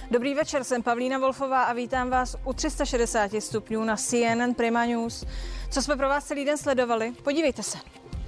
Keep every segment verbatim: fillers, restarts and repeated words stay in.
Dobrý večer, jsem Pavlína Wolfová a vítám vás u tři sta šedesát stupňů na C N N Prima News. Co jsme pro vás celý den sledovali? Podívejte se.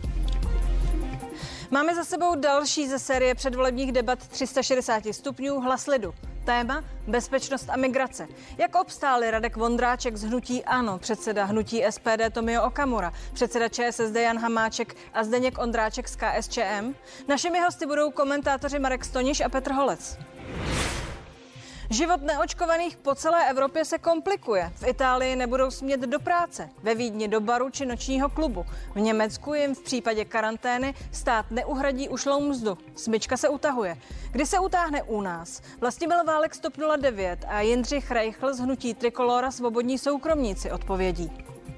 Máme za sebou další ze série předvolebních debat tři sta šedesát stupňů Hlas lidu. Téma bezpečnost a migrace. Jak obstáli Radek Vondráček z hnutí ANO, předseda hnutí S P D Tomio Okamura, předseda Č S S D Jan Hamáček a Zdeněk Ondráček z K S Č M? Našimi hosty budou komentátoři Marek Stoniš a Petr Holec. Život neočkovaných po celé Evropě se komplikuje. V Itálii nebudou smět do práce, ve Vídni do baru či nočního klubu. V Německu jim v případě karantény stát neuhradí ušlou mzdu. Smyčka se utahuje. Kdy se utáhne u nás? Vlastimil Válek z TOP nula devět a Jindřich Reichl z hnutí Trikolora Svobodní soukromníci odpovědí.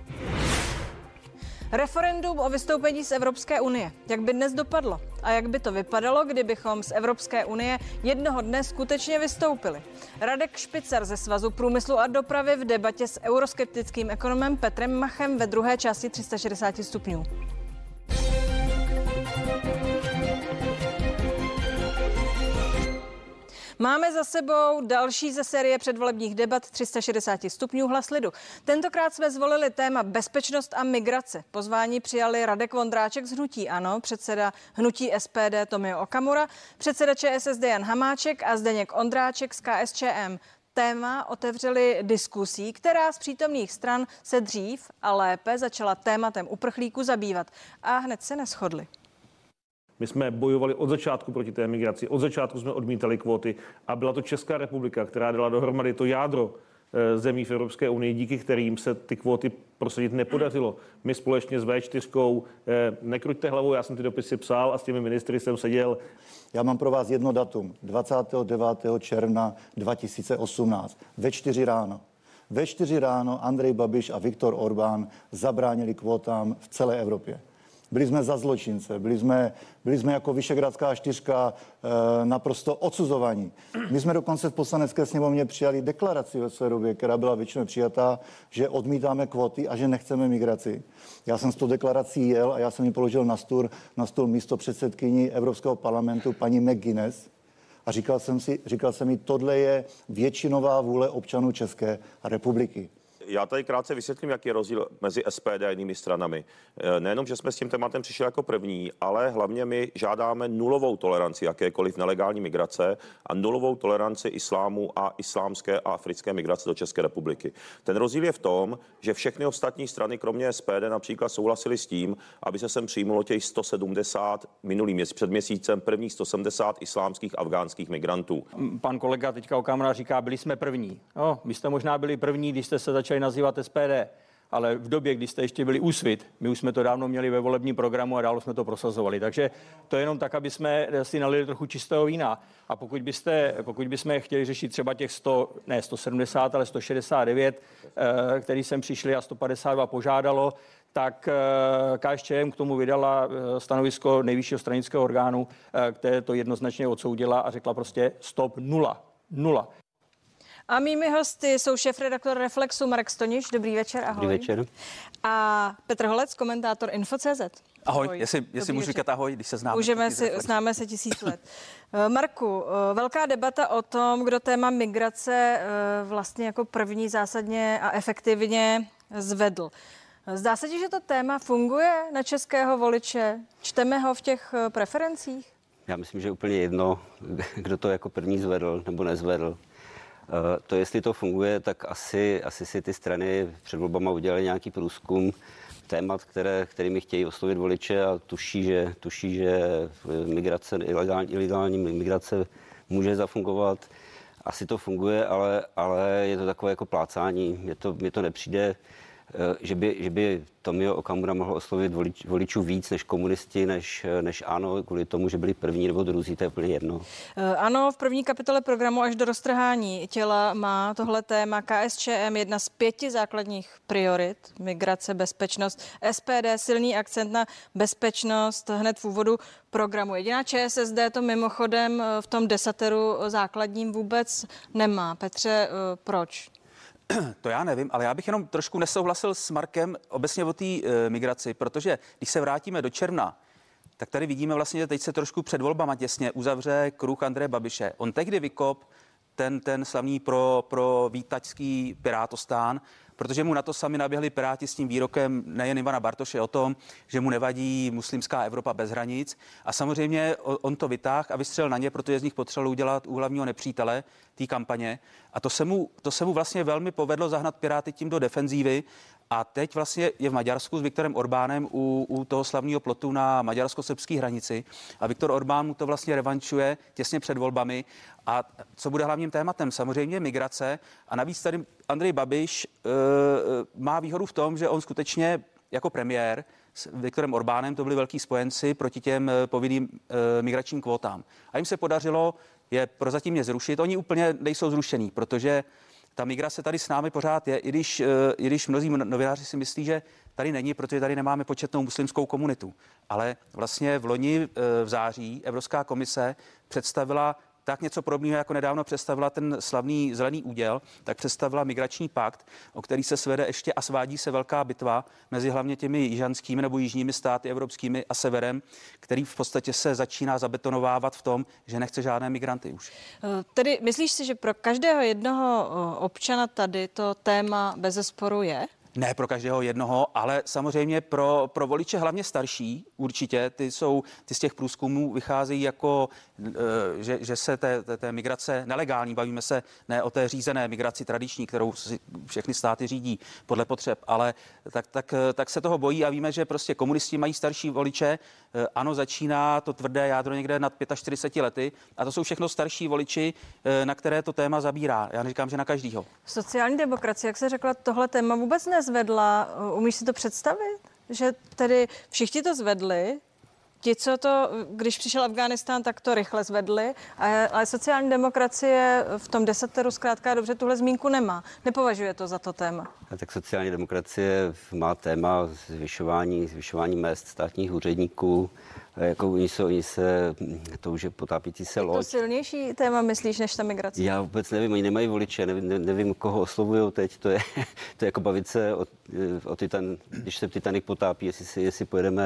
Referendum o vystoupení z Evropské unie. Jak by dnes dopadlo? A jak by to vypadalo, kdybychom z Evropské unie jednoho dne skutečně vystoupili? Radek Špicar ze Svazu průmyslu a dopravy v debatě s euroskeptickým ekonomem Petrem Machem ve druhé části tři sta šedesát stupňů. Máme za sebou další ze série předvolebních debat tři sta šedesát stupňů Hlas lidu. Tentokrát jsme zvolili téma bezpečnost a migrace. Pozvání přijali Radek Vondráček z hnutí ANO, předseda hnutí S P D Tomio Okamura, předseda Č S S D Jan Hamáček a Zdeněk Ondráček z K S Č M. Téma otevřeli diskusí, která z přítomných stran se dřív a lépe začala tématem uprchlíků zabývat a hned se neshodli. My jsme bojovali od začátku proti té migraci, od začátku jsme odmítali kvóty a byla to Česká republika, která dala dohromady to jádro zemí v Evropské unii, díky kterým se ty kvóty prosadit nepodařilo. My společně s V čtyři, nekruťte hlavou, já jsem ty dopisy psal a s těmi ministry jsem seděl. Já mám pro vás jedno datum, dvacátého devátého června dva tisíce osmnáct, ve čtyři ráno. Ve čtyři ráno Andrej Babiš a Viktor Orbán zabránili kvótám v celé Evropě. Byli jsme za zločince, byli jsme, byli jsme jako Visegrádská čtyřka e, naprosto odsuzovaní. My jsme dokonce v poslanecké sněmovně přijali deklaraci ve své době, která byla většinou přijatá, že odmítáme kvóty a že nechceme migraci. Já jsem s tou deklarací jel a já jsem ji položil na stůl, na stůl místo předsedkyni Evropského parlamentu paní McGuinness a říkal jsem si, říkal jsem jí, tohle je většinová vůle občanů České republiky. Já tady krátce vysvětlím, jaký je rozdíl mezi S P D a jinými stranami. Nejenom, že jsme s tím tématem přišli jako první, ale hlavně my žádáme nulovou toleranci jakékoliv nelegální migrace a nulovou toleranci islámu a islámské a africké migrace do České republiky. Ten rozdíl je v tom, že všechny ostatní strany, kromě S P D, například souhlasili s tím, aby se sem přijmulo těch sto sedmdesát minulý měsíc, před měsícem prvních sto sedmdesát islámských afgánských migrantů. Pan kolega teďka Okamura říká, byli jsme první. No, my jste možná byli první, když jste se začali nazývat S P D, ale v době, kdy jste ještě byli Úsvit, my už jsme to dávno měli ve volebním programu a dávno jsme to prosazovali. Takže to je jenom tak, aby jsme si nalili trochu čistého vína. A pokud byste, pokud bychom chtěli řešit třeba těch sto, ne sto sedmdesát, ale sto šedesát devět, který sem přišli a sto padesát dva požádalo, tak K S Č M k tomu vydala stanovisko nejvyššího stranického orgánu, které to jednoznačně odsoudila a řekla prostě stop, nula, nula. A mými hosty jsou šéfredaktor Reflexu Marek Stoniš. Dobrý večer, ahoj. Dobrý večer. A Petr Holec, komentátor Info tečka cé zet. Ahoj, ahoj. jestli, jestli můžu říkat ahoj, když se známe. Můžeme si, známe se tisíc let. Marku, velká debata o tom, kdo téma migrace vlastně jako první zásadně a efektivně zvedl. Zdá se ti, že to téma funguje na českého voliče? Čteme ho v těch preferencích? Já myslím, že je úplně jedno, kdo to jako první zvedl nebo nezvedl. To, jestli to funguje, tak asi, asi si ty strany před volbama udělali nějaký průzkum témat, které, kterými chtějí oslovit voliče a tuší, že, tuší, že migrace, ilegální, ilegální migrace může zafungovat. Asi to funguje, ale, ale je to takové jako plácání. Mně to, mně to nepřijde, že by, že by Tomio Okamura mohl oslovit volič, voličů víc než komunisti, než, než ANO, kvůli tomu, že byli první nebo druzí, to je úplně jedno. Ano, v první kapitole programu Až do roztrhání těla má tohle téma K S Č M jedna z pěti základních priorit, migrace, bezpečnost, S P D silný akcent na bezpečnost hned v úvodu programu. Jediná Č S S D to mimochodem v tom desateru základním vůbec nemá. Petře, proč? To já nevím, ale já bych jenom trošku nesouhlasil s Markem obecně o té e, migraci, protože když se vrátíme do června, tak tady vidíme vlastně, že teď se trošku před volbama těsně uzavře kruh Andreje Babiše. On tehdy vykop ten, ten slavný pro, pro vítačský Pirátostán, protože mu na to sami naběhli Piráti s tím výrokem nejen Ivana Bartoše o tom, že mu nevadí muslimská Evropa bez hranic. A samozřejmě on to vytáhl a vystřelil na ně, protože z nich potřeboval udělat úhlavního nepřítele té kampaně. A to se mu, to se mu vlastně velmi povedlo zahnat Piráty tím do defenzívy. A teď vlastně je v Maďarsku s Viktorem Orbánem u, u toho slavného plotu na maďarsko-srbské hranici. A Viktor Orbán mu to vlastně revančuje těsně před volbami. A co bude hlavním tématem? Samozřejmě migrace. A navíc tady Andrej Babiš e, má výhodu v tom, že on skutečně jako premiér s Viktorem Orbánem to byli velký spojenci proti těm povinným e, migračním kvótám. A jim se podařilo je prozatímně zrušit. Oni úplně nejsou zrušený, protože ta migrace tady s námi pořád je, i když, i když mnozí novináři si myslí, že tady není, protože tady nemáme početnou muslimskou komunitu. Ale vlastně v loni v září Evropská komise představila tak něco podobného, jako nedávno představila ten slavný zelený úděl, tak představila migrační pakt, o který se svede ještě a svádí se velká bitva mezi hlavně těmi jižanskými nebo jižními státy evropskými a severem, který v podstatě se začíná zabetonovávat v tom, že nechce žádné migranty už. Tedy myslíš si, že pro každého jednoho občana tady to téma bezesporu je? Ne pro každého jednoho, ale samozřejmě pro, pro voliče hlavně starší určitě. Ty jsou, ty z těch průzkumů vycházejí jako, že, že se té, té, té migrace nelegální, bavíme se ne o té řízené migraci tradiční, kterou si všechny státy řídí podle potřeb, ale tak, tak, tak se toho bojí a víme, že prostě komunisti mají starší voliče. Ano, začíná to tvrdé jádro někde nad čtyřiceti pěti lety a to jsou všechno starší voliči, na které to téma zabírá. Já neříkám, že na každýho. Sociální demokracie, jak se řekla, tohle téma vůbec nezvedla. Umíš si to představit? Že tedy všichni to zvedli, ti, co to, když přišel Afghánistán, tak to rychle zvedli, ale sociální demokracie v tom desateru zkrátka dobře tuhle zmínku nemá. Nepovažuje to za to téma. A tak sociální demokracie má téma zvyšování, zvyšování mezd státních úředníků. Jako oni se, oni se to už je potápící se loď. Je to silnější téma, myslíš, než ta migrace? Já vůbec nevím, oni nemají voliče, nevím, nevím koho oslovujou teď, to je, to je jako bavit se o, o Titan, když se Titanic potápí, jestli, si, jestli pojedeme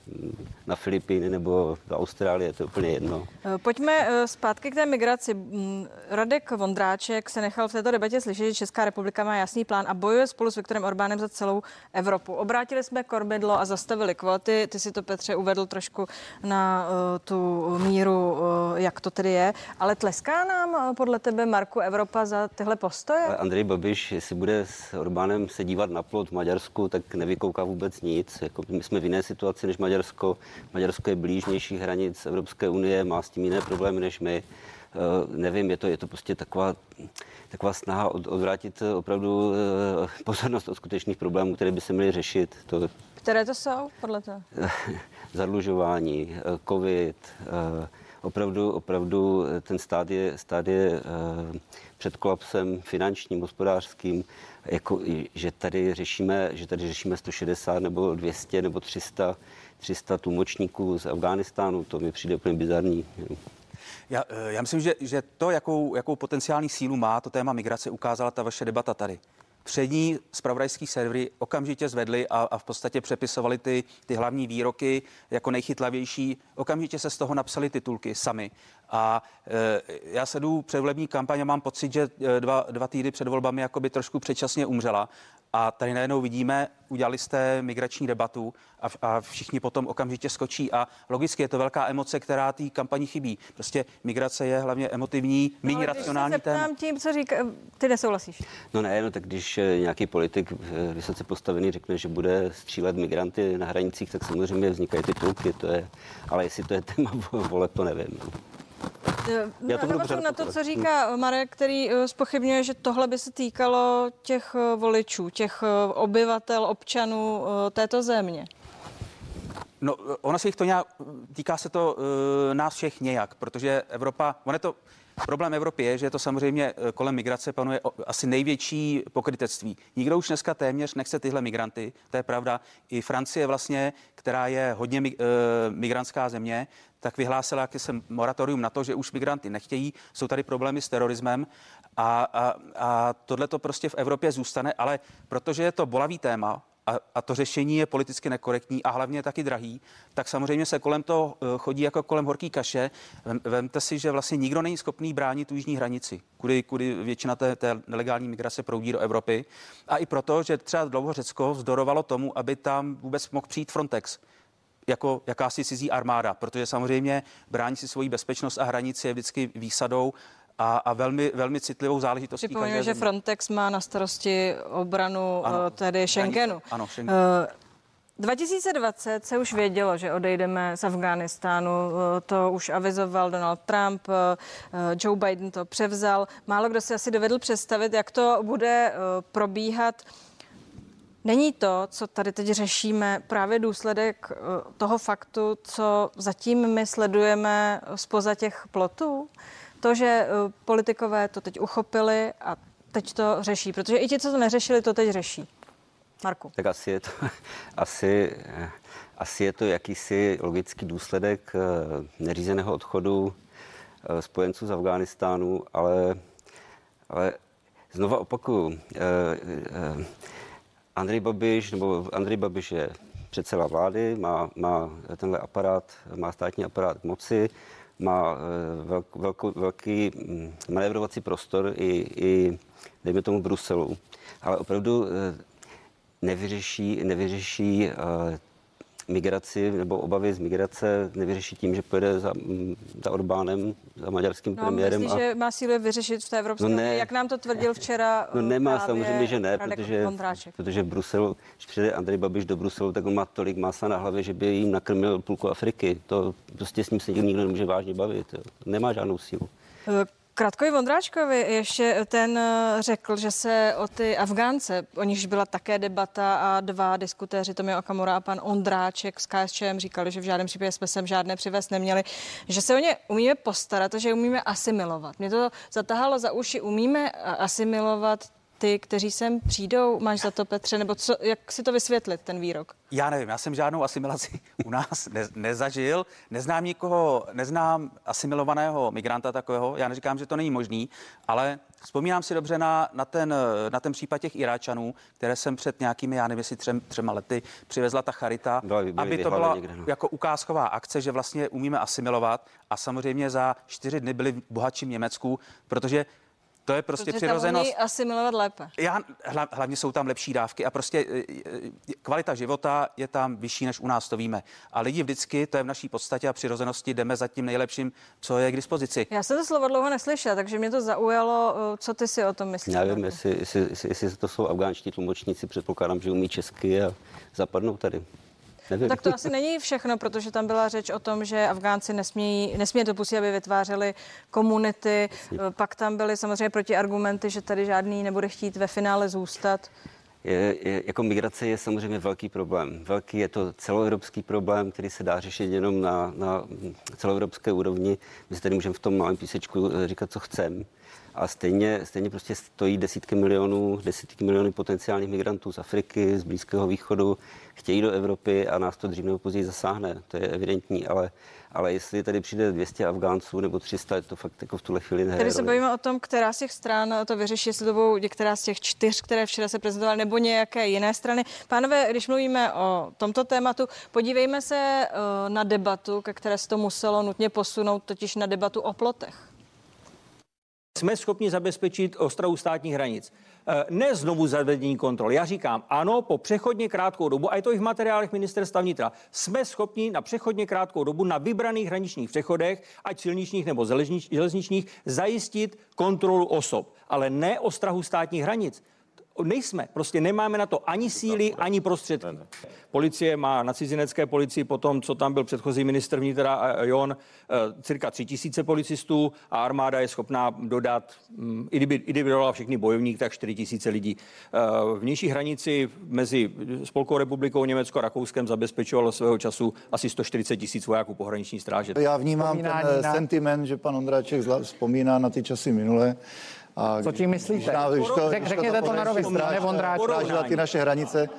na Filipíny nebo do Austrálie, to je úplně jedno. Pojďme zpátky k té migraci. Radek Vondráček se nechal v této debatě slyšet, že Česká republika má jasný plán a bojuje spolu s Viktorem Orbánem za celou Evropu. Obrátili jsme kormidlo a zastavili kvóty. Ty si to, Petře, uvedl trošku na uh, tu míru, uh, jak to tedy je. Ale tleská nám uh, podle tebe, Marku, Evropa za tyhle postoje? Ale Andrej Babiš, jestli bude s Orbánem se dívat na plot v Maďarsku, tak nevykouká vůbec nic. Jako my jsme v jiné situaci než Maďarsko. Maďarsko je blíž vnějších hranic Evropské unie, má s tím jiné problémy než my. Uh, nevím, je to, je to prostě taková, taková snaha od, odvrátit opravdu uh, pozornost od skutečných problémů, které by se měly řešit. To, které to jsou, podle toho? Zadlužování, covid, opravdu, opravdu ten stát je, stát je před kolapsem finančním, hospodářským, jako, že tady řešíme, že tady řešíme sto šedesát nebo dvě stě nebo tři sta, tři sta tlumočníků z Afghánistánu, to mi přijde úplně bizarní. Já, já myslím, že, že to, jakou, jakou potenciální sílu má to téma migrace, ukázala ta vaše debata tady. Přední zpravodajský servery okamžitě zvedli a, a v podstatě přepisovali ty, ty hlavní výroky jako nejchytlavější. Okamžitě se z toho napsali titulky sami. A e, já se jdu předvolební kampaň a mám pocit, že dva, dva týdny před volbami jakoby trošku předčasně umřela. A tady najednou vidíme, udělali jste migrační debatu a, a všichni potom okamžitě skočí. A logicky je to velká emoce, která té kampani chybí. Prostě migrace je hlavně emotivní, méně racionální téma. Ale když se tím, co říká, ty nesouhlasíš? No ne, no tak když nějaký politik vysoce postavený řekne, že bude střílet migranty na hranicích, tak samozřejmě vznikají titulky, to je, ale jestli to je téma voleb, to nevím. Já to budu na to, co říká Marek, který zpochybňuje, že tohle by se týkalo těch voličů, těch obyvatel, občanů této země. No, ono se jich to nějak, týká se to uh, nás všech nějak, protože Evropa, ono je to, problém Evropy je, že je to samozřejmě kolem migrace panuje asi největší pokrytectví. Nikdo už dneska téměř nechce tyhle migranty, to je pravda. I Francie vlastně, která je hodně uh, migrantská země, tak vyhlásila jakési moratorium na to, že už migranty nechtějí, jsou tady problémy s terorismem a, a, a tohle to prostě v Evropě zůstane, ale protože je to bolavý téma, a, a to řešení je politicky nekorektní a hlavně taky drahý, tak samozřejmě se kolem toho chodí jako kolem horký kaše. Vem, vemte si, že vlastně nikdo není schopný bránit tu jižní hranici, kudy, kudy většina té, té nelegální migrace proudí do Evropy. A i proto, že třeba dlouho Řecko vzdorovalo tomu, aby tam vůbec mohl přijít Frontex jako jakási cizí armáda, protože samozřejmě brání si svoji bezpečnost a hranici je vždycky výsadou a, a velmi, velmi citlivou záležitostí. Připomínám, že Frontex má na starosti obranu ano, tedy Schengenu. Ano, Schengen. dva tisíce dvacet se už vědělo, že odejdeme z Afghánistánu. To už avizoval Donald Trump, Joe Biden to převzal. Málo kdo si asi dovedl představit, jak to bude probíhat. Není to, co tady teď řešíme, právě důsledek toho faktu, co zatím my sledujeme zpoza těch plotů? To, že politikové to teď uchopili a teď to řeší, protože i ti, co to neřešili, to teď řeší. Marku. Tak asi je to, asi, asi je to jakýsi logický důsledek neřízeného odchodu spojenců z Afghánistánu, ale, ale znova opakuju, Andrej Babiš, nebo Andrej Babiš je předseda vlády, má, má tenhle aparát, má státní aparát moci, má velk, velko, velký manévrovací prostor i, i, dejme tomu, Bruselu. Ale opravdu nevyřeší, nevyřeší uh, migraci nebo obavy z migrace, nevyřeší tím, že pojede za, za Orbánem, za maďarským no, premiérem. Myslí, a... že má sílu vyřešit v té Evropské no unii, jak nám to tvrdil včera. No nemá, samozřejmě, že ne, Radek protože, protože v Bruselu, když přijde Andrej Babiš do Bruselu, tak on má tolik masa na hlavě, že by jim nakrmil půlku Afriky. To prostě s ním se nikdo nemůže vážně bavit. Jo. Nemá žádnou sílu. Krátkovi Vondráčkovi ještě ten řekl, že se o ty Afgánce, o nichž byla také debata a dva diskutéři, Tomio Okamura a pan Ondráček z K S Č M, říkali, že v žádném případě jsme sem žádné přivést neměli, že se o ně umíme postarat a že je umíme asimilovat. Mě to zatahalo za uši, umíme asimilovat ty, kteří sem přijdou, máš za to, Petře, nebo co, jak si to vysvětlit, ten výrok? Já nevím, já jsem žádnou asimilaci u nás ne, nezažil, neznám nikoho, neznám asimilovaného migranta takového, já neříkám, že to není možný, ale vzpomínám si dobře na, na, ten, na ten případ těch Iráčanů, které jsem před nějakými, já nevím, jestli třem, třema lety přivezla ta charita, byli, byli aby to byla někde, no. jako ukázková akce, že vlastně umíme asimilovat a samozřejmě za čtyři dny byli bohatší v Německu, protože to je prostě Protože přirozenost. Protože asimilovat lépe. Já, hlavně jsou tam lepší dávky a prostě kvalita života je tam vyšší, než u nás, to víme. A lidi vždycky, to je v naší podstatě a přirozenosti, jdeme za tím nejlepším, co je k dispozici. Já jsem to slovo dlouho neslyšela, takže mě to zaujalo. Co ty si o tom myslíš? Já nevím, jestli, jestli, jestli, jestli to jsou afgánští tlumočníci, předpokládám, že umí česky a zapadnou tady. Nevím. Tak to asi není všechno, protože tam byla řeč o tom, že Afgánci nesmějí, nesmějí dopustit, aby vytvářeli komunity. Pak tam byly samozřejmě protiargumenty, že tady žádný nebude chtít ve finále zůstat. Je, je, jako migrace je samozřejmě velký problém. Velký je to celoevropský problém, který se dá řešit jenom na, na celoevropské úrovni. My si tady můžeme v tom malém písečku říkat, co chceme. A stejně, stejně prostě stojí desítky milionů, desítky milionů potenciálních migrantů z Afriky, z Blízkého východu, chtějí do Evropy a nás to dřív nebo později zasáhne. To je evidentní, ale, ale jestli tady přijde dvě stě Afgánců nebo tři sta, to fakt jako v tuhle chvíli nehraje. Tady se bavíme o tom, která z těch stran to vyřeší, jestli to budou některá z těch čtyř, které včera se prezentovaly, nebo nějaké jiné strany. Pánové, když mluvíme o tomto tématu, podívejme se na debatu, ke které se to muselo nutně posunout, totiž na debatu o plotech. Jsme schopni zabezpečit ostrahu státních hranic. Ne znovu zavedení kontrol. Já říkám ano, po přechodně krátkou dobu, a je to i v materiálech ministerstva vnitra, jsme schopni na přechodně krátkou dobu na vybraných hraničních přechodech, ať silničních nebo železničních, zajistit kontrolu osob, ale ne ostrahu státních hranic. Nejsme, prostě nemáme na to ani síly, ani prostředky. Policie má na cizinecké policii po tom, co tam byl předchozí ministr vnitra Jon, cirka tři tisíce policistů a armáda je schopná dodat, i kdyby, i kdyby dodala všechny bojovník, tak čtyři tisíce lidí. Vnější hranici mezi Spolkovou republikou, Německo a Rakouskem zabezpečovalo svého času asi sto čtyřicet tisíc vojáků pohraniční stráže. Já vnímám ten na... sentiment, že pan Ondráček vzpomíná na ty časy minulé. A co tím myslíte? Když, když to, Řek, když řekněte to, to na rovinu, ne Vondráček. Strážila ty naše hranice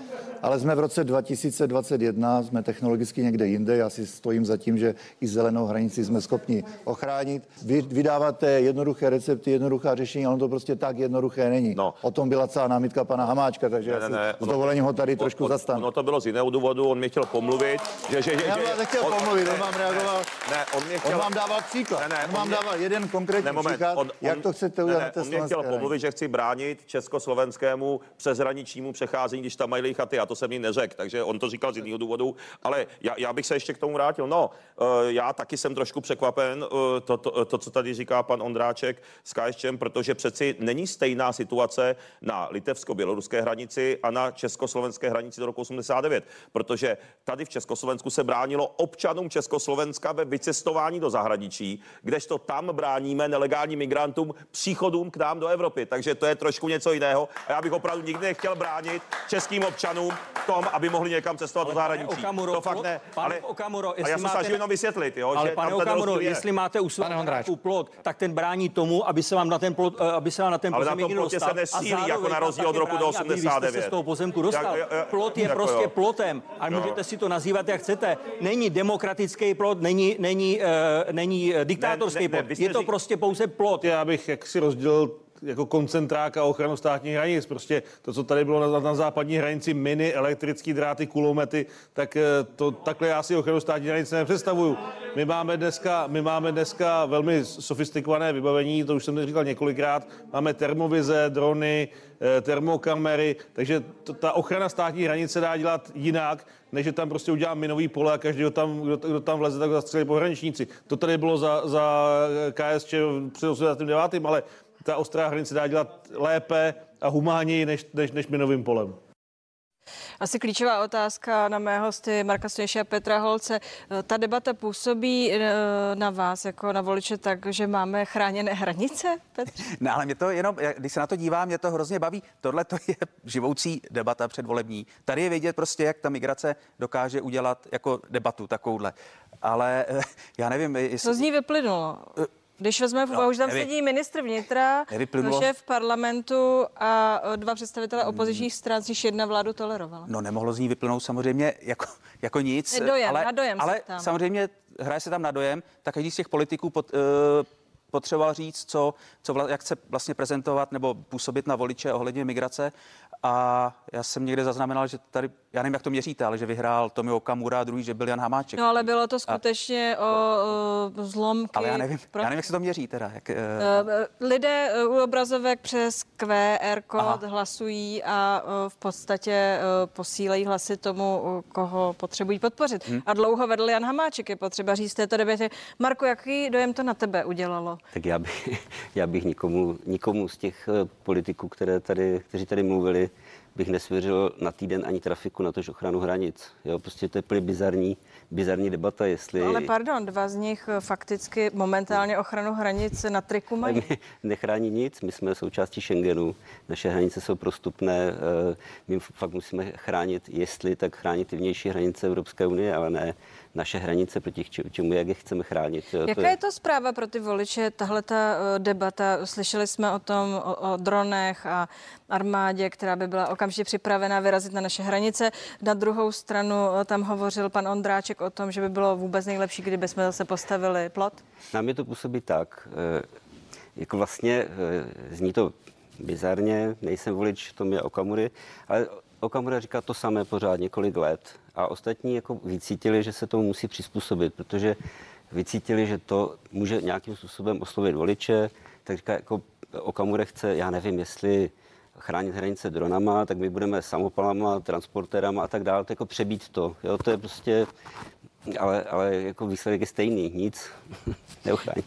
Ale jsme v roce dva tisíce dvacet jedna, jsme technologicky někde jinde. Já si stojím za tím, že i zelenou hranici jsme schopni ochránit. Vy vydáváte jednoduché recepty, jednoduchá řešení, ale on to prostě tak jednoduché není. No. O tom byla celá námitka pana Hamáčka, takže Ne, já ne, si ne, s dovolením ho tady on- trošku on- zastanu. Ono to bylo z jiného důvodu, on mě chtěl pomluvit, že... že, že Já že- vám nechtěl on- pomluvit, on ne, vám reagoval. Ne, on mě chtěl... On vám dával příklad. Ne, ne, on on vám mě- dával jeden konkrétní Ne, moment, příklad, on, jak on, to chcete ne, udělat ne, na té on mě chtěl slovenské pomluvit, že chci bránit československému přeshraničnímu přecházení, když tam mají chaty. Já to jsem jí neřekl, takže on to říkal z jiného důvodu. Ale já, já bych se ještě k tomu vrátil. No, uh, já taky jsem trošku překvapen, uh, to, to, to, co tady říká pan Ondráček s KSČM, protože přeci není stejná situace na litevsko-běloruské hranici a na československé hranici do roku osmdesát devět, protože tady v Československu se bránilo občanům Československa ve vycestování do zahraničí, kdežto tam bráníme nelegálním migrantům příchodům k nám do Evropy. Takže to je trošku něco jiného. A já bych opravdu nikdy nechtěl bránit českým občanům v tom, aby mohli někam cestovat do zahraničí. Okamuro, to fakt ne. pane Ale, Okamuro, a jestli já se máte- snažím jenom vysvětlit, jo, Ale že pane tam ten Okamuro, rozdíl je. jestli máte u nějakou plot, tak ten brání tomu, aby se vám na ten plot, eh, aby se vám na ten Ale na pozemek tom někdo plotě se dostal. nesílí, A zároveň jako na tam rozdíl od také roku do brání, aby vy jste osmdesát se devět. z toho pozemku dostal. Jak- jak- Plot je jako prostě jo. plotem a Jo. můžete si to nazývat, jak chcete. Není demokratický plot, není, není, uh, není eh, diktátorský Ne, ne, ne, plot. vy jste Je to řík- prostě pouze plot. Já bych jaksi rozdělil jako koncentrák a ochranu státních hranic. Prostě to, co tady bylo na, na západní hranici, miny, elektrický dráty, kulomety, tak eh, to takhle já si ochranu státní hranice nepředstavuju. My máme dneska, my máme dneska velmi sofistikované vybavení, to už jsem říkal několikrát. Máme termovize, drony, eh, termokamery, takže to, ta ochrana státní hranice dá dělat jinak, než že tam prostě udělá minový pole a každý, kdo tam, kdo, kdo tam vleze, tak ho zastřelí pohraničníci. To tady bylo za, za K S Č před osmdesátým devátým ale ta ostrá hranice dá dělat lépe a humánněji než, než, než minovým polem. Asi klíčová otázka na mé hosty Marka Stoniše a Petra Holce. Ta debata působí na vás jako na voliče tak, že máme chráněné hranice, Petr? Ne, ale mě to jenom, když se na to dívám, mě to hrozně baví. Tohle to je živoucí debata předvolební. Tady je vidět prostě, jak ta migrace dokáže udělat jako debatu takovouhle. Ale eh, já nevím, jestli... Co z ní vyplynulo? Když vezmeme v úvahu, že tam nevy- sedí ministr vnitra, nevyplynulo. šéf parlamentu a dva představitelé opozičních stran, z nichž jedna vládu tolerovala. No nemohlo z ní vyplynout samozřejmě jako, jako nic. Je dojem, ale, na dojem se ale ptám. samozřejmě hraje se tam na dojem, tak každý z těch politiků pod, uh, potřeboval říct, co, co vla, jak chce vlastně prezentovat nebo působit na voliče ohledně migrace. A já jsem někde zaznamenal, že tady, já nevím, jak to měříte, ale že vyhrál Tomio Okamura a druhý, že byl Jan Hamáček. No ale bylo to skutečně o, o zlomky. Ale já nevím, pro- já nevím, jak se to měří teda. Jak, uh, Eh, Lidé eh, u obrazovek přes Q R kód Aha. hlasují a eh, v podstatě eh, posílají hlasy tomu, eh, koho potřebují podpořit. Hmm. A dlouho vedl Jan Hamáček, je potřeba říct v této debatě. Marku, jaký dojem to na tebe udělalo? Tak já bych, já bych nikomu, nikomu z těch eh, politiků, které tady, kteří tady mluvili, bych nesvěřil na týden ani trafiku, na tož ochranu hranic. Jo, prostě to je plně bizarní, bizarní debata, jestli... No, ale pardon, dva z nich eh, fakticky momentálně ochranu hranic na triku mají. My nechrání nic, my jsme součástí Schengenu, naše hranice jsou prostupné, eh, my fakt musíme chránit, jestli tak chránit ty vnější hranice Evropské unie, ale ne naše hranice, proti č- čemu, jak je chceme chránit. Jo, Jaká je to zpráva pro ty voliče, tahle ta uh, debata? Slyšeli jsme o tom, o, o dronech a armádě, která by byla okamžitě připravena vyrazit na naše hranice. Na druhou stranu uh, tam hovořil pan Ondráček o tom, že by bylo vůbec nejlepší, kdyby jsme zase postavili plot. Na mě to působí tak, eh, jako vlastně eh, zní to bizarně, nejsem volič Tomia Okamury, ale Okamura říká to samé pořád několik let a ostatní jako vycítili, že se tomu musí přizpůsobit, protože vycítili, že to může nějakým způsobem oslovit voliče, tak říká, jako Okamura chce, já nevím, jestli chránit hranice dronama, tak my budeme samopalama, transportérama a tak dále, to jako přebít to, jo, to je prostě, ale, ale jako výsledek je stejný, nic neochrání.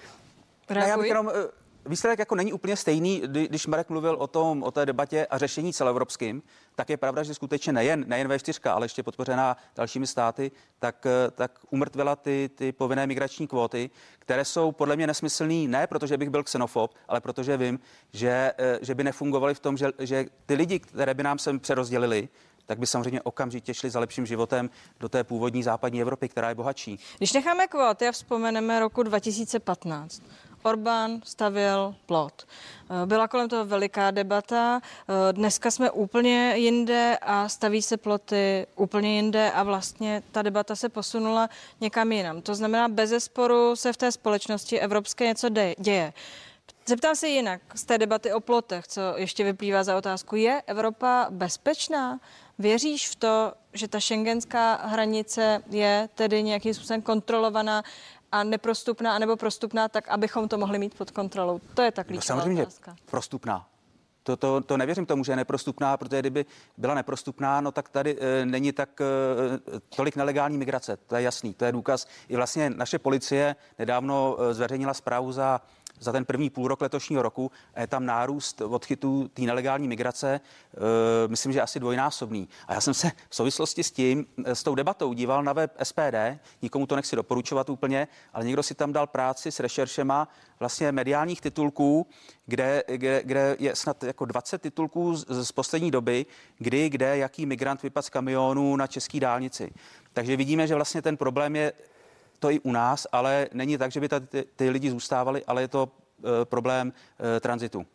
Ne, já bych Reaguj. jenom, eh, výsledek jako není úplně stejný, kdy- když Marek mluvil o tom, o té debatě a řešení celoevropským, tak je pravda, že skutečně nejen, nejen vé čtyři, ale ještě podpořená dalšími státy, tak, eh, tak umrtvila ty, ty povinné migrační kvóty, které jsou podle mě nesmyslný, ne protože bych byl xenofob, ale protože vím, že, eh, že by nefungovaly v tom, že, že ty lidi, které by nám sem přerozdělili, tak by samozřejmě okamžitě šli za lepším životem do té původní západní Evropy, která je bohatší. Když necháme kvóty a vzpomeneme roku dva tisíce patnáct, Orbán stavěl plot. Byla kolem toho veliká debata. Dneska jsme úplně jinde a staví se ploty úplně jinde a vlastně ta debata se posunula někam jinam. To znamená, bezesporu se v té společnosti evropské něco děje. Zeptám se jinak z té debaty o plotech, co ještě vyplývá za otázku. Je Evropa bezpečná? Věříš v to, že ta schengenská hranice je tedy nějakým způsobem kontrolovaná a neprostupná, anebo prostupná, tak abychom to mohli mít pod kontrolou? To je ta klíčová no, samozřejmě otázka. Prostupná. To, to, to nevěřím tomu, že je neprostupná, protože kdyby byla neprostupná, no tak tady e, není tak e, tolik nelegální migrace. To je jasný, to je důkaz. I vlastně naše policie nedávno e, zveřejnila zprávu za za ten první půlrok letošního roku je tam nárůst odchytů té nelegální migrace, e, myslím, že asi dvojnásobný. A já jsem se v souvislosti s tím, s tou debatou díval na web S P D, nikomu to nechci doporučovat úplně, ale někdo si tam dal práci s rešeršema vlastně mediálních titulků, kde, kde, kde je snad jako dvacet titulků z, z poslední doby, kdy, kde, jaký migrant vypadl z kamionu na české dálnici. Takže vidíme, že vlastně ten problém je to i u nás, ale není tak, že by tady ty, ty lidi zůstávali, ale je to uh, problém uh, tranzitu. Uh,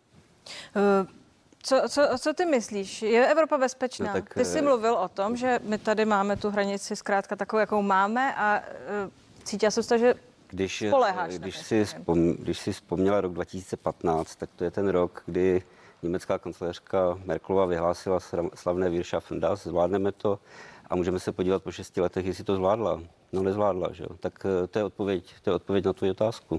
co, co, co ty myslíš? Je Evropa bezpečná? No tak, ty jsi mluvil o tom, že my tady máme tu hranici zkrátka takovou, jakou máme a uh, cítila jsem to, že když, spoléháš když, si vzpom, když si vzpomněla rok dva tisíce patnáct, tak to je ten rok, kdy německá kancléřka Merkelová vyhlásila slavné Wir schaffen das, zvládneme to a můžeme se podívat po šesti letech, jestli to zvládla. No nezvládla, že jo? Tak to je odpověď, to je odpověď na tu otázku.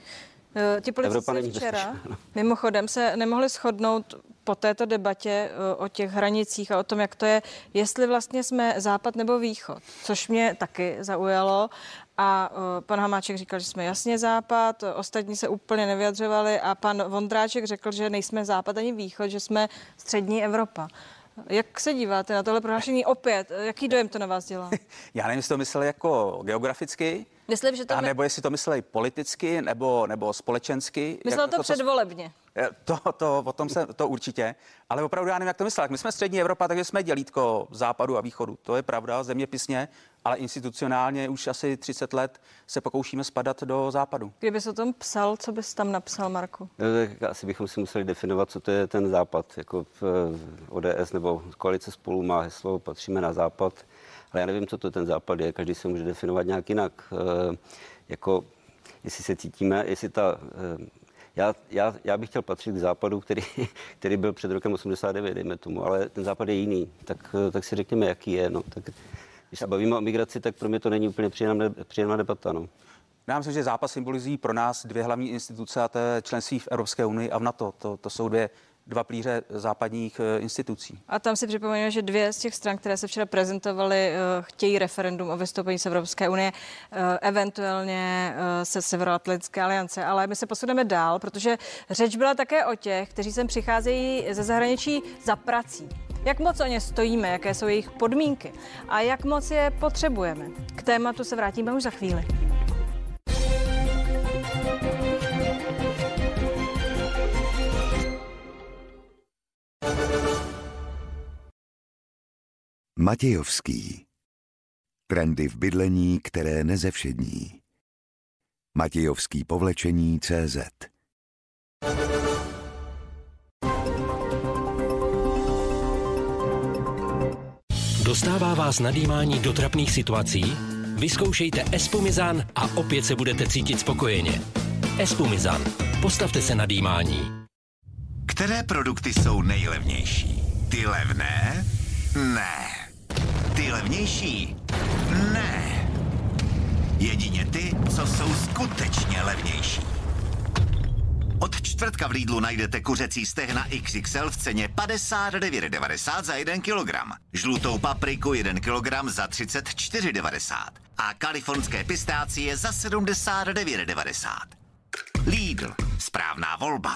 Ti politici včera mimochodem se nemohli shodnout po této debatě o těch hranicích a o tom, jak to je, jestli vlastně jsme západ nebo východ, což mě taky zaujalo. A pan Hamáček říkal, že jsme jasně západ, ostatní se úplně nevyjadřovali a pan Vondráček řekl, že nejsme západ ani východ, že jsme střední Evropa. Jak se díváte na tohle prohlášení opět? Jaký dojem to na vás dělá? Já nevím, jestli to mysleli jako geograficky, Myslím, že to a nebo jestli to mysleli politicky, nebo, nebo společensky. Myslel jak, to předvolebně. To, to, o tom se, to určitě, ale opravdu já nevím, jak to myslel. My jsme střední Evropa, takže jsme dělítko západu a východu. To je pravda, zeměpisně, ale institucionálně už asi třicet let se pokoušíme spadat do západu. Kdybys o tom psal, co bys tam napsal, Marku? No, tak asi bychom si museli definovat, co to je ten západ. Jako v O D S nebo koalice Spolu má heslo patříme na západ, ale já nevím, co to ten západ je. Každý se může definovat nějak jinak. E, jako jestli se cítíme, jestli ta... E, Já, já, já bych chtěl patřit k západu, který, který byl před rokem osmdesát devět, dejme tomu, ale ten západ je jiný, tak, tak si řekněme, jaký je. No. Tak, když se bavíme o migraci, tak pro mě to není úplně příjemná, příjemná debata. No. Já myslím, že západ symbolizují pro nás dvě hlavní instituce, a to je členství v Evropské unii a v NATO. To, to jsou dvě dva plíře západních uh, institucí. A tam si připomeneme, že dvě z těch stran, které se včera prezentovaly, uh, chtějí referendum o vystoupení z Evropské unie, uh, eventuálně uh, se Severoatlantické aliance. Ale my se posuneme dál, protože řeč byla také o těch, kteří sem přicházejí ze zahraničí za prací. Jak moc o ně stojíme, jaké jsou jejich podmínky a jak moc je potřebujeme. K tématu se vrátíme už za chvíli. Matějovský. Trendy v bydlení, které nezevšední. Matějovský povlečení tečka cé zet. Dostává vás nadýmání do trapných situací? Vyzkoušejte Espumizan a opět se budete cítit spokojeně. Espumizan. Postavte se nadýmání. Které produkty jsou nejlevnější? Ty levné? Ne. Ty levnější? Ne. Jedině ty, co jsou skutečně levnější. Od čtvrtka v Lidlu najdete kuřecí stehna X X L v ceně padesát devět devadesát za jeden kilogram. Žlutou papriku jeden kilogram za třicet čtyři devadesát. A kalifornské pistácie za sedmdesát devět devadesát. Lidl. Správná volba.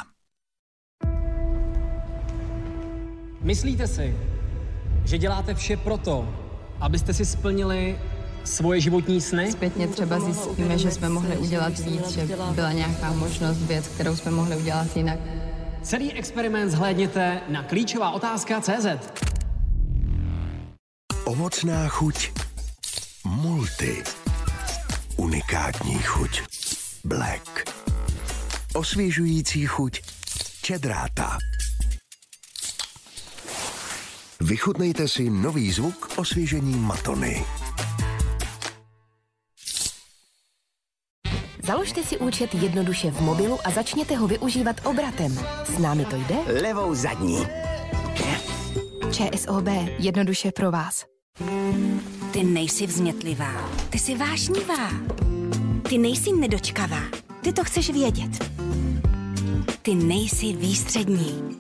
Myslíte si, že děláte vše proto, abyste si splnili svoje životní sny? Zpětně třeba zjistíme, že jsme mohli udělat víc, že byla nějaká možnost, věc, kterou jsme mohli udělat jinak. Celý experiment zhlédněte na klíčová otázka tečka cé zet. Ovocná chuť Multi. Unikátní chuť Black. Osvěžující chuť Čedráta. Vychutnejte si nový zvuk osvěžení Matony. Založte si účet jednoduše v mobilu a začněte ho využívat obratem. S námi to jde? Levou zadní. ČSOB. Jednoduše pro vás. Ty nejsi vznětlivá. Ty jsi vášnivá. Ty nejsi nedočkavá. Ty to chceš vědět. Ty nejsi výstřední.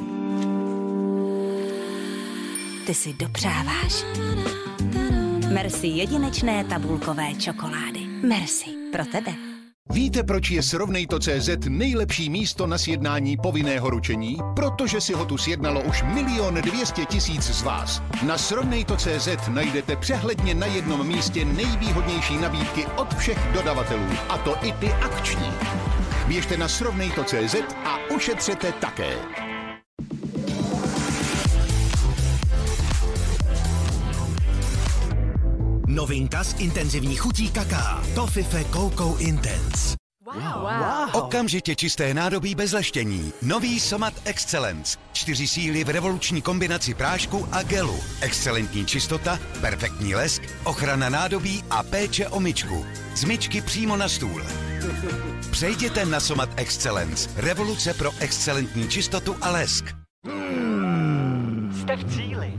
Ty si dopřáváš. Merci jedinečné tabulkové čokolády. Merci pro tebe. Víte, proč je Srovnej to tečka cé zet nejlepší místo na sjednání povinného ručení? Protože si ho tu sjednalo už milion dvě stě tisíc z vás. Na Srovnej to tečka cé zet najdete přehledně na jednom místě nejvýhodnější nabídky od všech dodavatelů, a to i ty akční. Běžte na Srovnej to tečka cé zet a ušetřete také. Novinka z intenzivní chutí kaká. Toffifee Cocoa Intense. Wow. Wow. Okamžitě čisté nádobí bez leštění. Nový Somat Excellence. Čtyři síly v revoluční kombinaci prášku a gelu. Excelentní čistota, perfektní lesk, ochrana nádobí a péče o myčku. Z myčky přímo na stůl. Přejděte na Somat Excellence. Revoluce pro excelentní čistotu a lesk. Hmm, jste v cíli.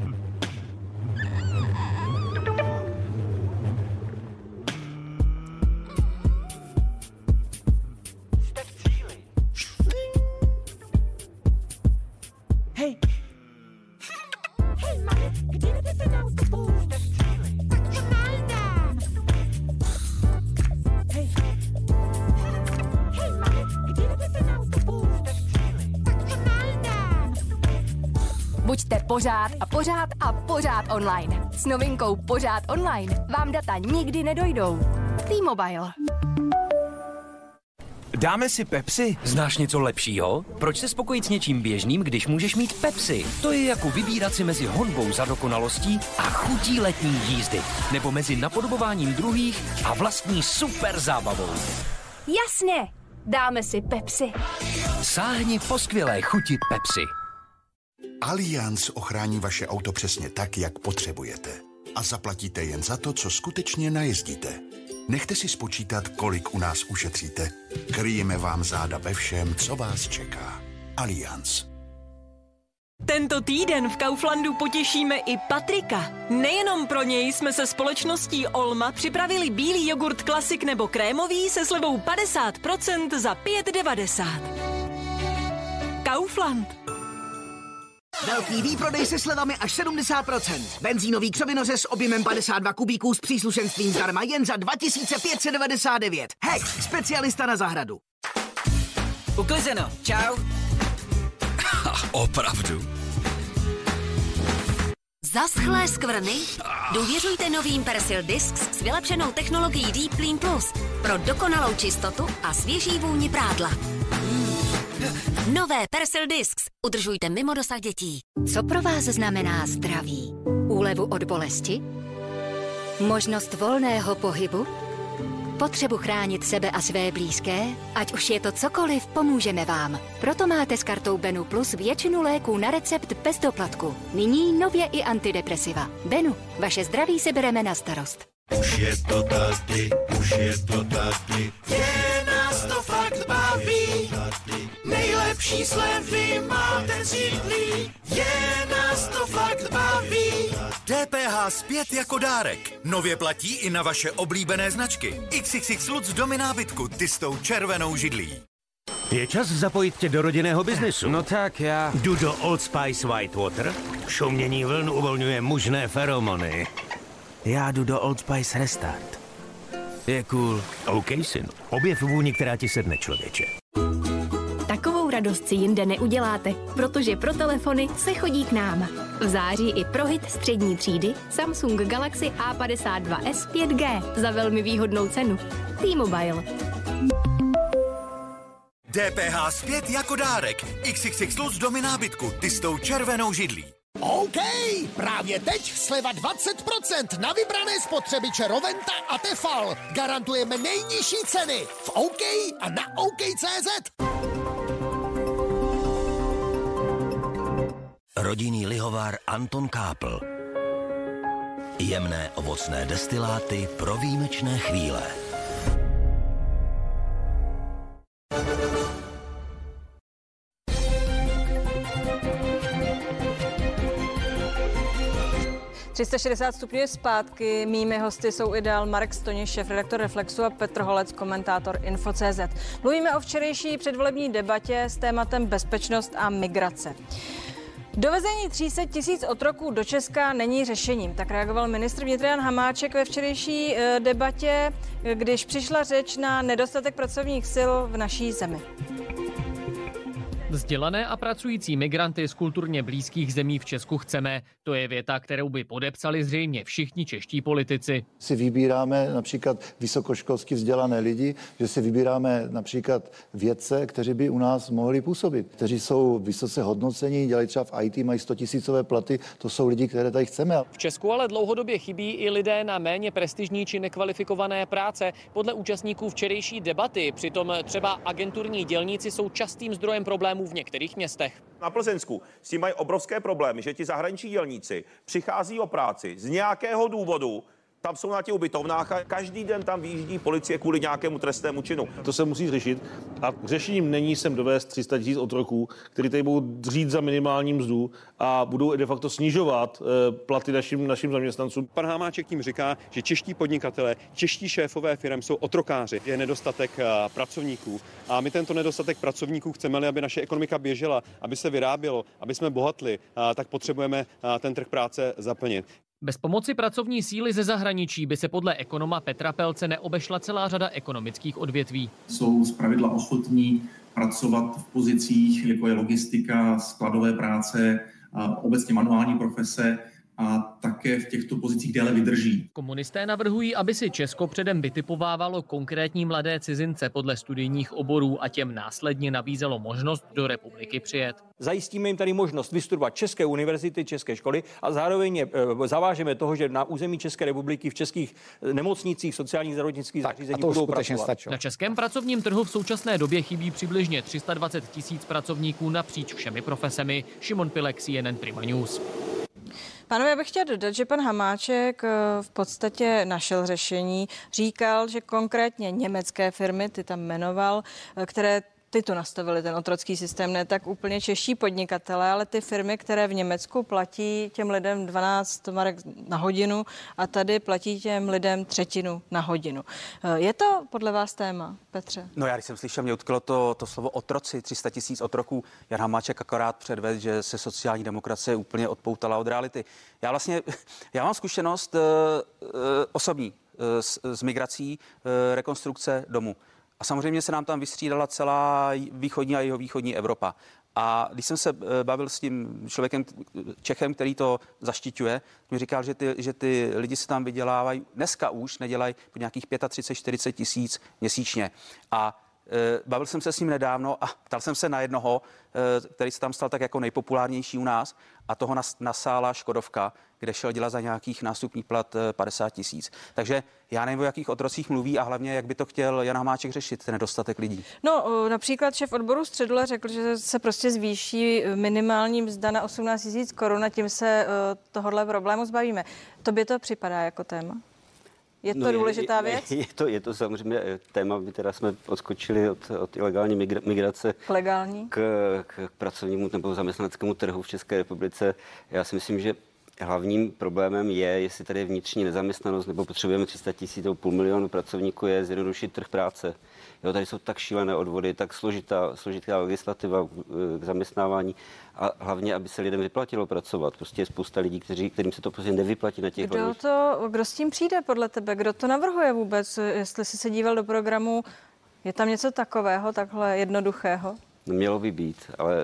Hej. Hej, mami, kde jdete na autobus? Jste v cíli. Tak to najdám. Hej. Hej, mami, kde jdete na autobus? Jste v cíli. Tak to najdám. Buďte pořád a pořád a pořád online. S novinkou Pořád online vám data nikdy nedojdou. T-Mobile. Dáme si Pepsi? Znáš něco lepšího? Proč se spokojit s něčím běžným, když můžeš mít Pepsi? To je jako vybírat si mezi honbou za dokonalostí a chutí letní jízdy. Nebo mezi napodobováním druhých a vlastní super zábavou. Jasně, dáme si Pepsi. Sáhni po skvělé chuti Pepsi. Allianz ochrání vaše auto přesně tak, jak potřebujete. A zaplatíte jen za to, co skutečně najezdíte. Nechte si spočítat, kolik u nás ušetříte. Kryjeme vám záda ve všem, co vás čeká. Allianz. Tento týden v Kauflandu potěšíme i Patrika. Nejenom pro něj jsme se společností Olma připravili bílý jogurt klasik nebo krémový se slevou padesát procent za pět devadesát. Kaufland. Velký výprodej se slevami až sedmdesát procent. Benzínový křovinoře s objemem padesát dva kubíků s příslušenstvím zdarma jen za dva tisíce pět set devadesát devět. Heck, specialista na zahradu. Uklizeno, čau. Opravdu? Zaschlé skvrny? Důvěřujte novým Persil Discs s vylepšenou technologií Deep Clean Plus pro dokonalou čistotu a svěží vůni prádla. Nové Persil Discs. Udržujte mimo dosah dětí. Co pro vás znamená zdraví? Úlevu od bolesti? Možnost volného pohybu? Potřebu chránit sebe a své blízké? Ať už je to cokoliv, pomůžeme vám. Proto máte s kartou Benu Plus většinu léků na recept bez doplatku. Nyní nově i antidepresiva. Benu, vaše zdraví se bereme na starost. Už je to tady, už je to tady. Je nás to fakt baví. Nejlepší slevy máte z jídlí. Je nás to fakt baví. D P H zpět jako dárek. Nově platí i na vaše oblíbené značky. X X X Lutz domy nábytku, ty s tou červenou židlí. Je čas zapojit tě do rodinného biznesu. No tak já... Jdu do Old Spice Whitewater. Šumění vln uvolňuje mužné feromony. Já jdu do Old Spice Restart. Je cool. OK, syn. Objev vůni, která ti sedne, člověče. Takovou radost si jinde neuděláte, protože pro telefony se chodí k nám. V září i pro hit střední třídy Samsung Galaxy A padesát dva S pět G za velmi výhodnou cenu. T-Mobile. D P H zpět jako dárek. X X X Lutz domy nábytku, ty s tou červenou židlí. OK, právě teď sleva dvacet procent na vybrané spotřebiče Roventa a Tefal. Garantujeme nejnižší ceny v OK a na OK tečka cé zet. Rodinný lihovár Anton Kápl. Jemné ovocné destiláty pro výjimečné chvíle. tři sta šedesát stupňů je zpátky. Mými hosty jsou ideál Marek Stoniš, šéfredaktor Reflexu, a Petr Holec, komentátor Info tečka cé zet. Mluvíme o včerejší předvolební debatě s tématem bezpečnost a migrace. Dovezení tří set tisíc otroků do Česka není řešením, tak reagoval ministr vnitra Jan Hamáček ve včerejší debatě, když přišla řeč na nedostatek pracovních sil v naší zemi. Vzdělané a pracující migranty z kulturně blízkých zemí v Česku chceme. To je věta, kterou by podepsali zřejmě všichni čeští politici. Si vybíráme například vysokoškolsky vzdělané lidi, že si vybíráme například vědce, kteří by u nás mohli působit, kteří jsou vysoce hodnocení, dělají třeba v í té, mají sto tisícové platy, to jsou lidi, které tady chceme. V Česku ale dlouhodobě chybí i lidé na méně prestižní či nekvalifikované práce. Podle účastníků včerejší debaty přitom třeba agenturní dělníci jsou častým zdrojem problémů v některých městech. Na Plzeňsku s tím mají obrovské problémy, že ti zahraniční dělníci přichází o práci z nějakého důvodu, tam jsou na těch ubytovnách a každý den tam vyjíždí policie kvůli nějakému trestnému činu. To se musí řešit a řešením není sem dovést tři sta tisíc otroků, kteří tady budou dřít za minimální mzdu a budou de facto snižovat platy našim, našim zaměstnancům. Pan Hamáček tím říká, že čeští podnikatelé, čeští šéfové firem jsou otrokáři. Je nedostatek pracovníků a my tento nedostatek pracovníků chceme, aby naše ekonomika běžela, aby se vyrábělo, aby jsme bohatli, tak potřebujeme ten trh práce zaplnit. Bez pomoci pracovní síly ze zahraničí by se podle ekonoma Petra Pelce neobešla celá řada ekonomických odvětví. Jsou zpravidla ochotní pracovat v pozicích, jako je logistika, skladové práce, obecně manuální profese, a také v těchto pozicích déle vydrží. Komunisté navrhují, aby si Česko předem vytipovávalo konkrétní mladé cizince podle studijních oborů a těm následně nabízelo možnost do republiky přijet. Zajistíme jim tady možnost vystudovat české univerzity, české školy a zároveň je, e, zavážeme toho, že na území České republiky v českých nemocnicích, sociálních zdravotnických zařízeních budou pracovat. Na českém pracovním trhu v současné době chybí přibližně tři sta dvacet tisíc pracovníků napříč všemi profesemi. Šimon Pilek, C N N Prima News. Pánové, já bych chtěla dodat, že pan Hamáček v podstatě našel řešení. Říkal, že konkrétně německé firmy, ty tam jmenoval, které ty to nastavili, ten otrocký systém, ne tak úplně čeští podnikatelé, ale ty firmy, které v Německu platí těm lidem dvanáct marek na hodinu a tady platí těm lidem třetinu na hodinu. Je to podle vás téma, Petře? No já když jsem slyšel, mě utklo to, to slovo otroci, tři sta tisíc otroků. Jan Hamáček akorát předvedl, že se sociální demokracie úplně odpoutala od reality. Já vlastně, já mám zkušenost uh, uh, osobní uh, s, s migrací, uh, rekonstrukce domu. A samozřejmě se nám tam vystřídala celá východní a jihovýchodní Evropa. A když jsem se bavil s tím člověkem, Čechem, který to zaštiťuje, mi říkal, že ty, že ty lidi se tam vydělávají, dneska už nedělají po nějakých třicet pět čtyřicet tisíc měsíčně. A e, bavil jsem se s ním nedávno a ptal jsem se na jednoho, e, který se tam stal tak jako nejpopulárnější u nás, a toho nas, nasála Škodovka, kde šel dělat za nějakých nástupní plat padesát tisíc. Takže já nevím, o jakých otrocích mluví a hlavně, jak by to chtěl Jan Hamáček řešit, ten nedostatek lidí. No, například šéf odboru Středule řekl, že se prostě zvýší minimální mzda na osmnáct tisíc korun a tím se tohohle problému zbavíme. Tobě to připadá jako téma? Je to no, důležitá je, věc? Je, je, to, je to samozřejmě téma, my teda jsme odskočili od, od ilegální migra, migrace legální k, k pracovnímu nebo zaměstnaneckému trhu v České republice. Já si myslím, že hlavním problémem je, jestli tady je vnitřní nezaměstnanost nebo potřebujeme tři sta tisíc nebo půl milionu pracovníků, je zjednodušit trh práce. Jo, tady jsou tak šílené odvody, tak složitá, složitá legislativa k zaměstnávání a hlavně, aby se lidem vyplatilo pracovat. Prostě je spousta lidí, kteří, kterým se to prostě nevyplatí na těch kdo hlavních. to, kdo s tím přijde podle tebe? Kdo to navrhuje vůbec? Jestli jsi se díval do programu, je tam něco takového, takhle jednoduchého? No, mělo by být, ale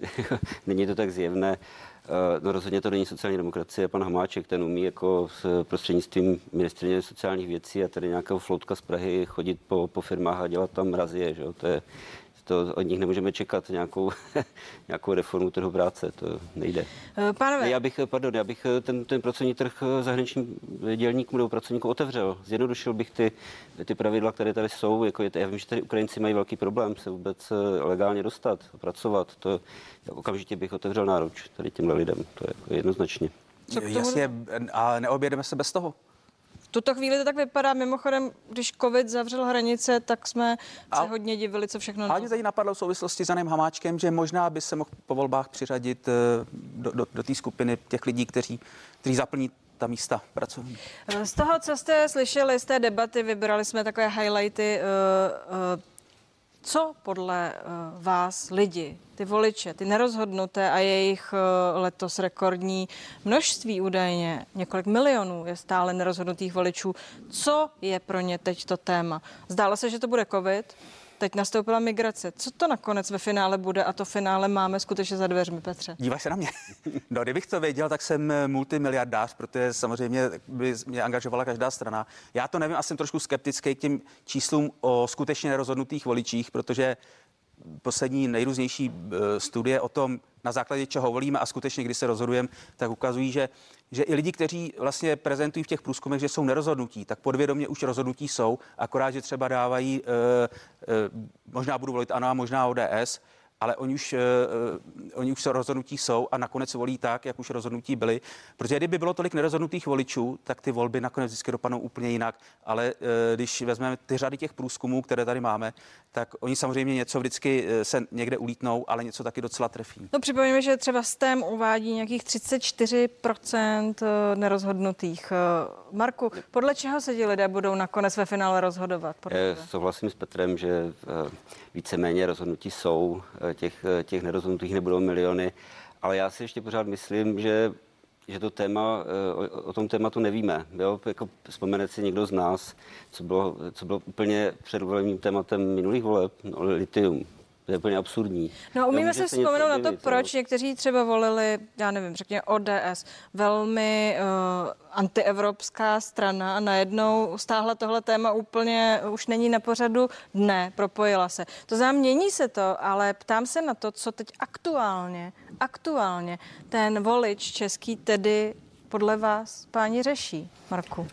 není to tak zjevné. No rozhodně to není sociální demokracie. Pan Hamáček, ten umí jako s prostřednictvím ministryně sociálních věcí a tady nějakého floutka z Prahy chodit po, po firmách a dělat tam razie, že jo? To je, To od nich nemůžeme čekat nějakou, nějakou reformu trhu práce, to nejde. Pánové. Já bych, pardon, já bych ten, ten pracovní trh zahraničním dělníkům nebo pracovníkům otevřel. Zjednodušil bych ty, ty pravidla, které tady jsou. Jako je, já vím, že tady Ukrajinci mají velký problém se vůbec legálně dostat, pracovat. To okamžitě bych otevřel náruč tady těmhle lidem. To je jako jednoznačně. Jasně, a neobjedeme se bez toho. V tuto chvíli to tak vypadá. Mimochodem, když covid zavřel hranice, tak jsme a se hodně divili, co všechno. A mě tady napadlo v souvislosti s Janem Hamáčkem, že možná by se mohl po volbách přiřadit do, do, do té skupiny těch lidí, kteří, kteří zaplní ta místa pracovní. Z toho, co jste slyšeli z té debaty, vybrali jsme takové highlighty. Uh, uh, co podle uh, vás lidi, ty voliče, ty nerozhodnuté a jejich uh, letos rekordní množství údajně, několik milionů je stále nerozhodnutých voličů, co je pro ně teď to téma? Zdálo se, že to bude covid, teď nastoupila migrace. Co to nakonec ve finále bude a to finále máme skutečně za dveřmi, Petře? Díváš se na mě. No, kdybych to věděl, tak jsem multimiliardář, protože samozřejmě by mě angažovala každá strana. Já to nevím, a jsem trošku skeptický k těm číslům o skutečně nerozhodnutých voličích, protože poslední nejrůznější studie o tom, na základě čeho volíme a skutečně, když se rozhodujeme, tak ukazují, že, že i lidi, kteří vlastně prezentují v těch průzkumech, že jsou nerozhodnutí, tak podvědomě už rozhodnutí jsou, akorát, že třeba dávají, e, e, možná budu volit ANO a možná O D S, ale oni už, uh, oni už rozhodnutí jsou a nakonec volí tak, jak už rozhodnutí byli. Protože kdyby bylo tolik nerozhodnutých voličů, tak ty volby nakonec vždycky dopadnou úplně jinak. Ale uh, když vezmeme ty řady těch průzkumů, které tady máme, tak oni samozřejmě něco vždycky se někde ulítnou, ale něco taky docela trefí. No připomeňme, že třeba S T E M uvádí nějakých třicet čtyři procent nerozhodnutých. Marku, podle čeho se ti lidé budou nakonec ve finále rozhodovat? Souhlasím s Petrem, že víceméně rozhodnutí jsou, těch, těch nerozhodnutých nebudou miliony, ale já si ještě pořád myslím, že, že to téma, o, o tom tématu nevíme. Jo? Jako vzpomene si někdo z nás, co bylo, co bylo úplně předvolebním tématem minulých voleb, no, litium. To je úplně absurdní. No umíme no, se vzpomenout na to, proč no. někteří třeba volili, já nevím, řekněme O D S, velmi uh, antievropská strana a najednou stáhla tohle téma úplně, už není na pořadu dne, propojila se. To znamená, mění se to, ale ptám se na to, co teď aktuálně, aktuálně ten volič český tedy podle vás, páni, řeší, Marku?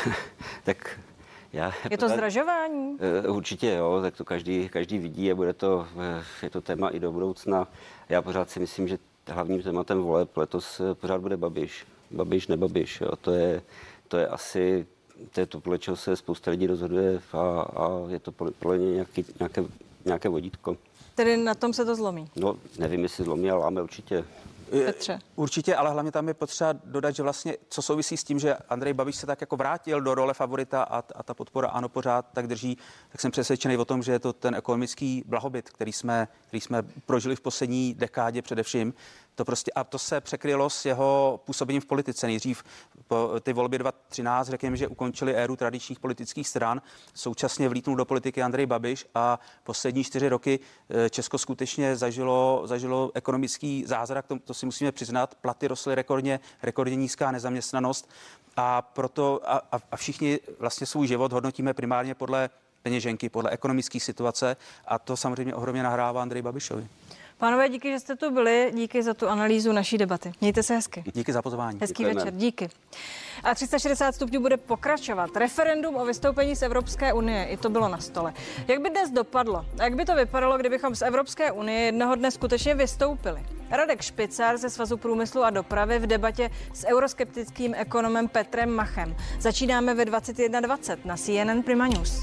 Tak... Já, je to zdražování? Určitě jo, tak to každý, každý vidí a bude to, je to téma i do budoucna. Já pořád si myslím, že hlavním tématem voleb letos pořád bude Babiš. Babiš, nebabiš, jo. To je, to je asi, to je to, podle čeho se spousta lidí rozhoduje a, a je to podle ně nějaký, nějaké, nějaké vodítko. Tedy na tom se to zlomí? No, nevím, jestli zlomí, ale láme určitě. Petře. Určitě, ale hlavně tam je potřeba dodat, že vlastně, co souvisí s tím, že Andrej Babiš se tak jako vrátil do role favorita a, a ta podpora ANO pořád tak drží, tak jsem přesvědčený o tom, že je to ten ekonomický blahobyt, který jsme, který jsme prožili v poslední dekádě především. To prostě, a to se překrylo s jeho působením v politice. Nejdřív po ty volby dva tisíce třináct, řekněme, že ukončili éru tradičních politických stran. Současně vlítnul do politiky Andrej Babiš a poslední čtyři roky Česko skutečně zažilo, zažilo ekonomický zázrak. To, to si musíme přiznat. Platy rostly rekordně, rekordně nízká nezaměstnanost a proto a, a všichni vlastně svůj život hodnotíme primárně podle peněženky, podle ekonomické situace a to samozřejmě ohromně nahrává Andrej Babišovi. Pánové, díky, že jste tu byli, díky za tu analýzu naší debaty. Mějte se hezky. Díky za pozvání. Hezký Děkujeme. večer, díky. A tři sta šedesát stupňů bude pokračovat. Referendum o vystoupení z Evropské unie, i to bylo na stole. Jak by dnes dopadlo? Jak by to vypadalo, kdybychom z Evropské unie jednoho dne skutečně vystoupili? Radek Špicár ze Svazu průmyslu a dopravy v debatě s euroskeptickým ekonomem Petrem Machem. Začínáme ve dvacet jedna dvacet na C N N Prima News.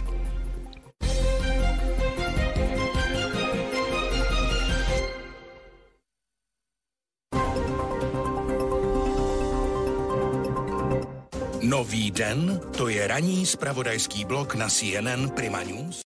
Nový den, to je ranní zpravodajský blok na C N N Prima News.